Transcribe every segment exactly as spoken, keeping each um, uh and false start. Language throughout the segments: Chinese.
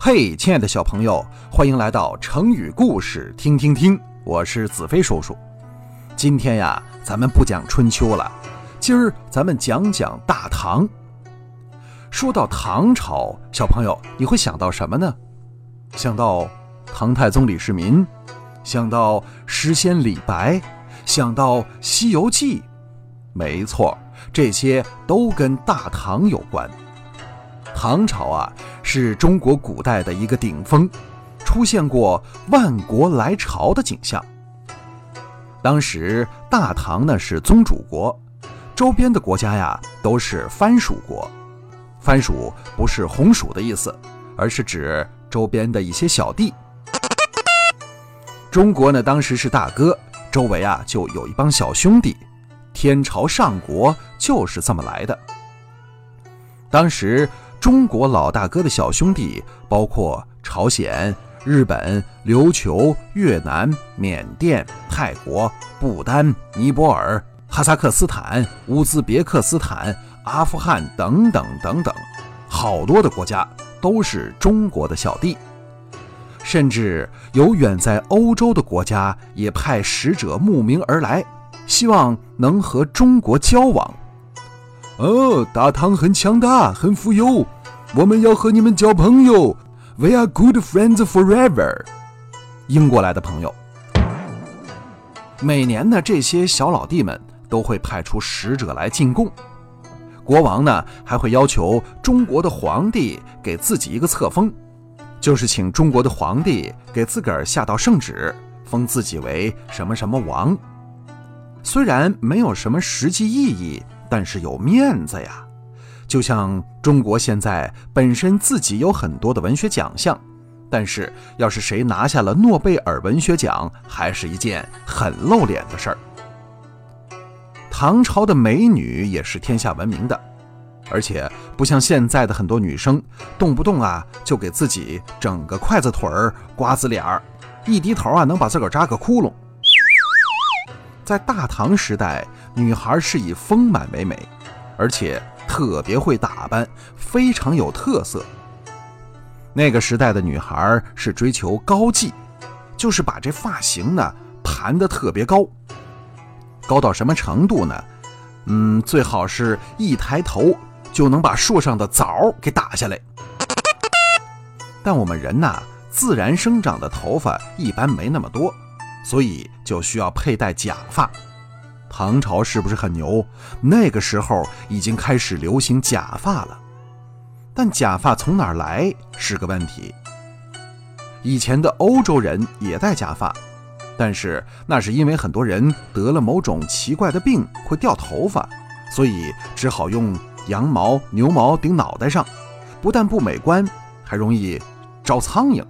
嘿，亲爱的小朋友，欢迎来到成语故事听听听，我是子飞叔叔。今天呀，咱们不讲春秋了，今儿咱们讲讲大唐。说到唐朝，小朋友你会想到什么呢？想到唐太宗李世民，想到诗仙李白，想到西游记。没错，这些都跟大唐有关。唐朝啊，是中国古代的一个顶峰，出现过万国来朝的景象。当时大唐呢是宗主国，周边的国家呀都是藩属国。藩属不是红薯的意思，而是指周边的一些小地。中国呢当时是大哥，周围啊就有一帮小兄弟，天朝上国就是这么来的。当时中国老大哥的小兄弟包括朝鲜、日本、琉球、越南、缅甸、泰国、不丹、尼泊尔、哈萨克斯坦、乌兹别克斯坦、阿富汗等等等等，好多的国家都是中国的小弟。甚至有远在欧洲的国家也派使者慕名而来，希望能和中国交往。哦，大唐很强大，很富有，我们要和你们交朋友。We are good friends forever。英国来的朋友，每年呢，这些小老弟们都会派出使者来进贡。国王呢，还会要求中国的皇帝给自己一个册封，就是请中国的皇帝给自个儿下道圣旨，封自己为什么什么王。虽然没有什么实际意义，但是有面子呀。就像中国现在本身自己有很多的文学奖项，但是要是谁拿下了诺贝尔文学奖，还是一件很露脸的事儿。唐朝的美女也是天下闻名的，而且不像现在的很多女生，动不动啊就给自己整个筷子腿儿、瓜子脸儿，一低头啊能把自个儿扎个窟窿。在大唐时代，女孩是以丰满为美，而且特别会打扮，非常有特色。那个时代的女孩是追求高髻，就是把这发型呢盘得特别高。高到什么程度呢？嗯，最好是一抬头就能把树上的枣给打下来。但我们人呐，自然生长的头发一般没那么多，所以就需要佩戴假发。唐朝是不是很牛？那个时候已经开始流行假发了。但假发从哪儿来是个问题。以前的欧洲人也戴假发，但是那是因为很多人得了某种奇怪的病，会掉头发，所以只好用羊毛、牛毛顶脑袋上，不但不美观，还容易招苍蝇。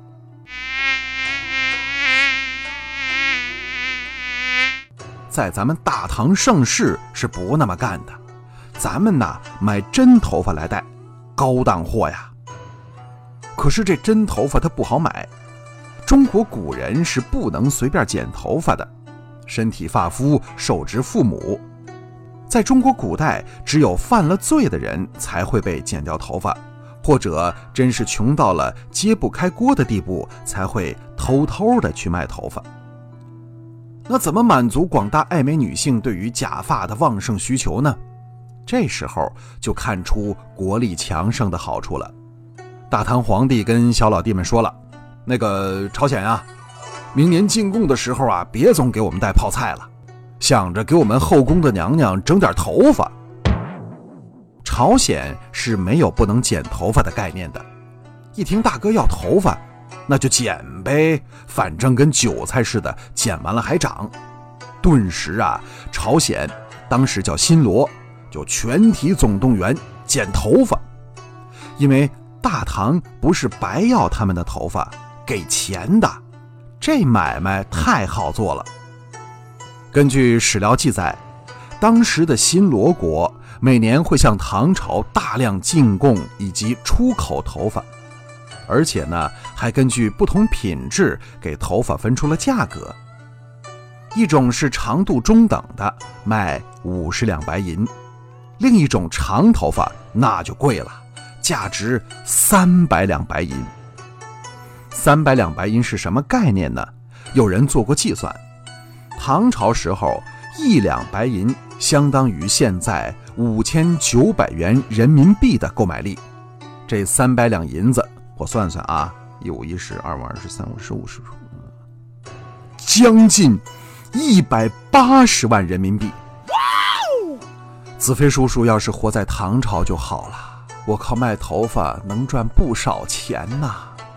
在咱们大唐盛世是不那么干的，咱们呢买真头发来戴，高档货呀。可是这真头发它不好买，中国古人是不能随便剪头发的，身体发肤受之父母。在中国古代，只有犯了罪的人才会被剪掉头发，或者真是穷到了揭不开锅的地步，才会偷偷的去卖头发。那怎么满足广大爱美女性对于假发的旺盛需求呢？这时候就看出国力强盛的好处了。大唐皇帝跟小老弟们说了，那个朝鲜啊，明年进贡的时候啊，别总给我们带泡菜了，想着给我们后宫的娘娘整点头发。朝鲜是没有不能剪头发的概念的，一听大哥要头发，那就剪呗，反正跟韭菜似的，剪完了还长。顿时啊，朝鲜当时叫新罗，就全体总动员剪头发。因为大唐不是白要他们的头发，给钱的，这买卖太好做了。根据史料记载，当时的新罗国每年会向唐朝大量进贡以及出口头发，而且呢，还根据不同品质给头发分出了价格。一种是长度中等的，卖五十两白银；另一种长头发那就贵了，价值三百两白银。 三百两白银是什么概念呢？有人做过计算，唐朝时候一两白银相当于现在五千九百元人民币的购买力。这三百两银子，我算算啊，一五一十，二五二十，三五十五十，将近一百八十万人民币。子飞叔叔要是活在唐朝就好了，我靠卖头发能赚不少钱呐！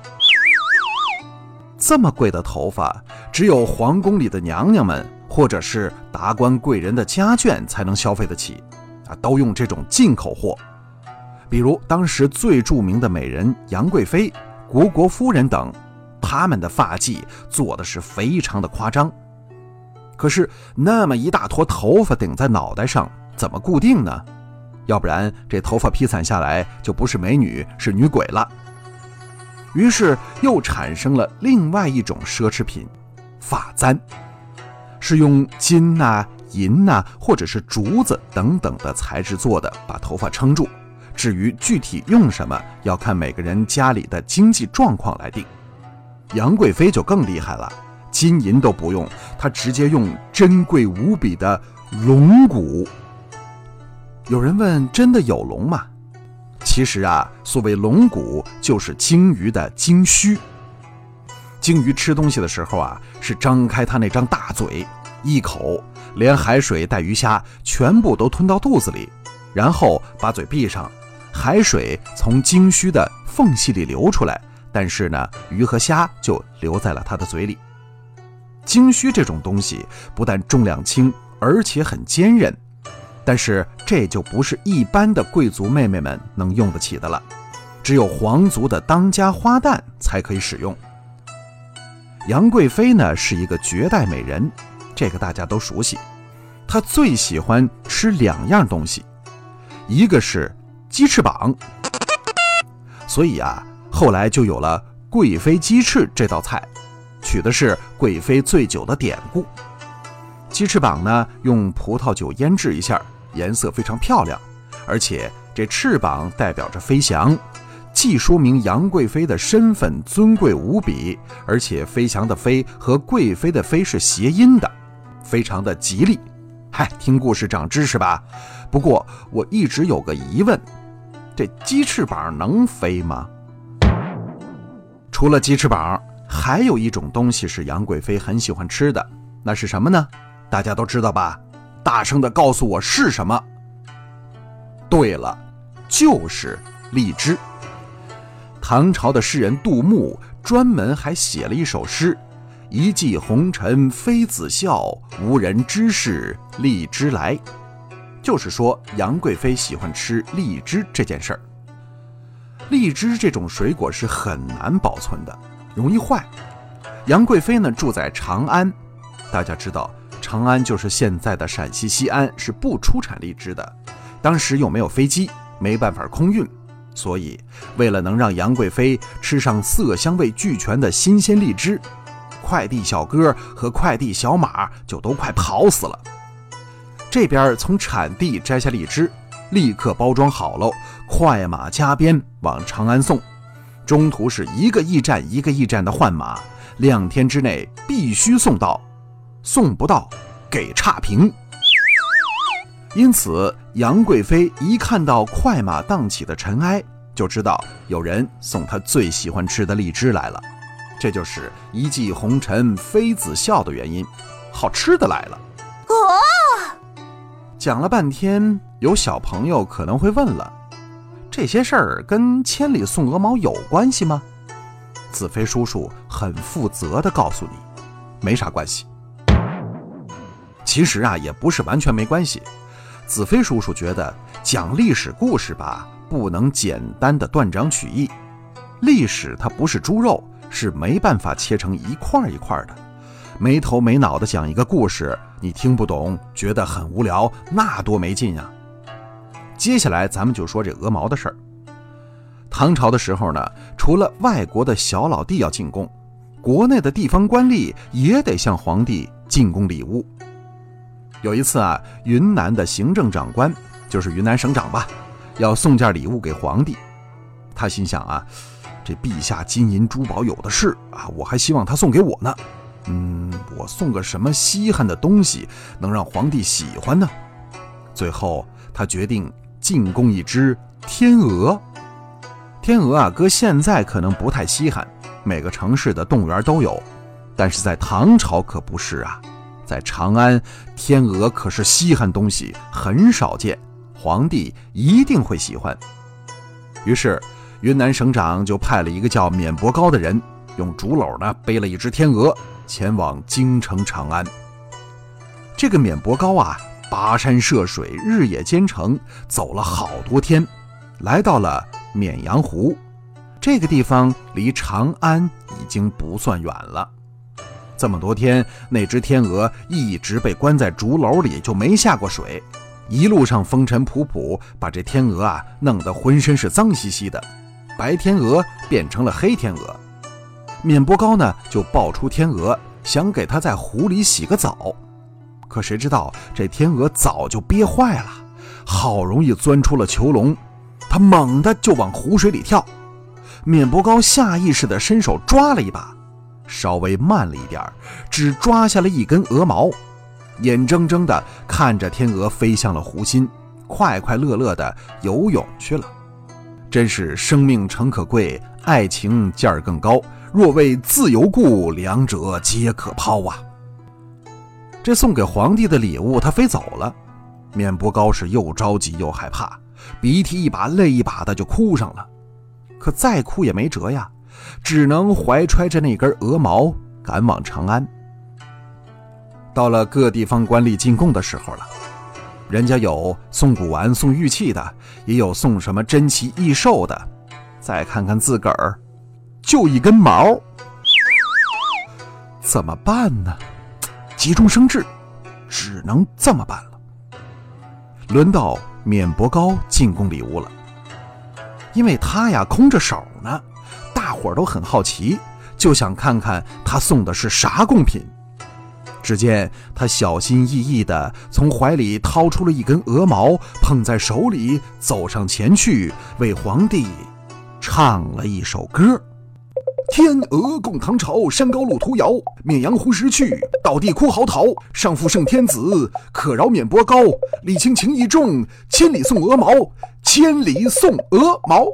这么贵的头发，只有皇宫里的娘娘们或者是达官贵人的家眷才能消费得起啊，都用这种进口货。比如当时最著名的美人杨贵妃、虢国夫人等，他们的发髻做的是非常的夸张。可是那么一大坨头发顶在脑袋上，怎么固定呢？要不然这头发披散下来就不是美女，是女鬼了。于是又产生了另外一种奢侈品，发簪，是用金啊、银啊，或者是竹子等等的材质做的，把头发撑住。至于具体用什么，要看每个人家里的经济状况来定。杨贵妃就更厉害了，金银都不用，她直接用珍贵无比的龙骨。有人问，真的有龙吗？其实啊，所谓龙骨就是鲸鱼的鲸须。鲸鱼吃东西的时候啊，是张开它那张大嘴，一口连海水带鱼虾全部都吞到肚子里，然后把嘴闭上，海水从鲸须的缝隙里流出来，但是呢，鱼和虾就留在了它的嘴里。鲸须这种东西不但重量轻，而且很坚韧，但是这就不是一般的贵族妹妹们能用得起的了，只有皇族的当家花旦才可以使用。杨贵妃呢是一个绝代美人，这个大家都熟悉。她最喜欢吃两样东西，一个是鸡翅膀，所以啊，后来就有了贵妃鸡翅这道菜，取的是贵妃醉酒的典故。鸡翅膀呢，用葡萄酒腌制一下，颜色非常漂亮，而且这翅膀代表着飞翔，既说明杨贵妃的身份尊贵无比，而且飞翔的飞和贵妃的妃是谐音的，非常的吉利。嗨，听故事长知识吧。不过我一直有个疑问，这鸡翅膀能飞吗？除了鸡翅膀，还有一种东西是杨贵妃很喜欢吃的，那是什么呢？大家都知道吧？大声的告诉我是什么？对了，就是荔枝。唐朝的诗人杜牧专门还写了一首诗，一骑红尘妃子笑，无人知是荔枝来。就是说杨贵妃喜欢吃荔枝这件事儿。荔枝这种水果是很难保存的，容易坏。杨贵妃呢住在长安，大家知道长安就是现在的陕西西安，是不出产荔枝的。当时又没有飞机，没办法空运，所以为了能让杨贵妃吃上色香味俱全的新鲜荔枝，快递小哥和快递小马就都快跑死了。这边从产地摘下荔枝，立刻包装好喽，快马加鞭往长安送，中途是一个驿站一个驿站的换马，两天之内必须送到，送不到给差评。因此杨贵妃一看到快马荡起的尘埃，就知道有人送她最喜欢吃的荔枝来了，这就是一骑红尘妃子笑的原因，好吃的来了。哦，讲了半天，有小朋友可能会问了，这些事儿跟千里送鹅毛有关系吗？子飞叔叔很负责地告诉你，没啥关系。其实啊，也不是完全没关系。子飞叔叔觉得讲历史故事吧，不能简单的断章取义。历史它不是猪肉，是没办法切成一块一块的。没头没脑的讲一个故事，你听不懂，觉得很无聊，那多没劲啊。接下来咱们就说这鹅毛的事儿。唐朝的时候呢，除了外国的小老弟要进贡，国内的地方官吏也得向皇帝进贡礼物。有一次啊，云南的行政长官，就是云南省长吧，要送件礼物给皇帝。他心想啊， 这陛下金银珠宝有的是啊，我还希望他送给我呢。嗯，我送个什么稀罕的东西能让皇帝喜欢呢？最后他决定进贡一只天鹅。天鹅啊，搁现在可能不太稀罕，每个城市的动物园都有，但是在唐朝可不是啊。在长安，天鹅可是稀罕东西，很少见，皇帝一定会喜欢。于是云南省长就派了一个叫免伯高的人，用竹篓呢背了一只天鹅，前往京城长安。这个免伯高啊，跋山涉水，日夜兼程，走了好多天，来到了沔阳湖。这个地方离长安已经不算远了。这么多天，那只天鹅一直被关在竹篓里，就没下过水。一路上风尘仆仆，把这天鹅啊弄得浑身是脏兮兮的，白天鹅变成了黑天鹅。免伯高呢就抱出天鹅，想给它在湖里洗个澡，可谁知道这天鹅早就憋坏了，好容易钻出了囚笼，它猛地就往湖水里跳。免伯高下意识地伸手抓了一把，稍微慢了一点，只抓下了一根鹅毛，眼睁睁地看着天鹅飞向了湖心，快快乐乐地游泳去了。真是生命诚可贵，爱情价儿更高，若为自由故，两者皆可抛啊。这送给皇帝的礼物他飞走了，免伯高是又着急又害怕，鼻涕一把泪一把的就哭上了。可再哭也没辙呀，只能怀揣着那根鹅毛赶往长安。到了各地方官吏进贡的时候了，人家有送古玩送玉器的，也有送什么珍奇异兽的，再看看自个儿就一根毛，怎么办呢？急中生智，只能这么办了。轮到免伯高进贡礼物了，因为他呀空着手呢，大伙儿都很好奇，就想看看他送的是啥贡品。只见他小心翼翼地从怀里掏出了一根鹅毛，捧在手里，走上前去，为皇帝唱了一首歌。天鹅共唐朝，山高路途遥，沔阳湖时去，倒地哭嚎啕。上父圣天子，可饶免伯高，礼轻情意重，千里送鹅毛，千里送鹅毛。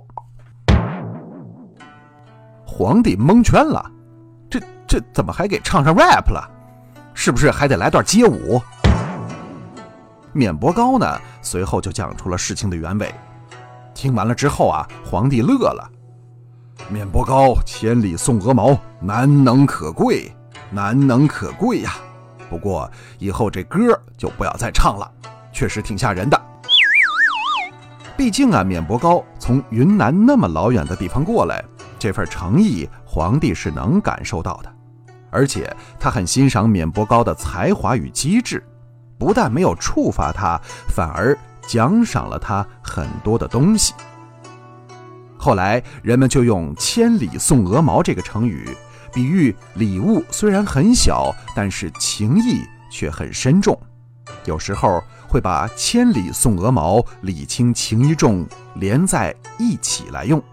皇帝蒙圈了，这这怎么还给唱上 rap 了？是不是还得来段街舞？免伯高呢，随后就讲出了事情的原委。听完了之后啊，皇帝乐了。免伯高千里送鹅毛，难能可贵，难能可贵呀！不过以后这歌就不要再唱了，确实挺吓人的。毕竟啊，免伯高从云南那么老远的地方过来，这份诚意皇帝是能感受到的。而且他很欣赏免伯高的才华与机智，不但没有处罚他，反而奖赏了他很多的东西。后来人们就用千里送鹅毛这个成语，比喻礼物虽然很小，但是情意却很深重。有时候会把千里送鹅毛、礼轻情意重连在一起来用。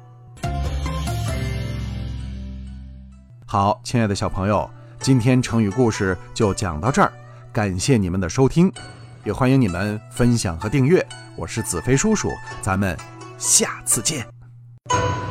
好，亲爱的小朋友，今天成语故事就讲到这儿，感谢你们的收听，也欢迎你们分享和订阅。我是子飞叔叔，咱们下次见。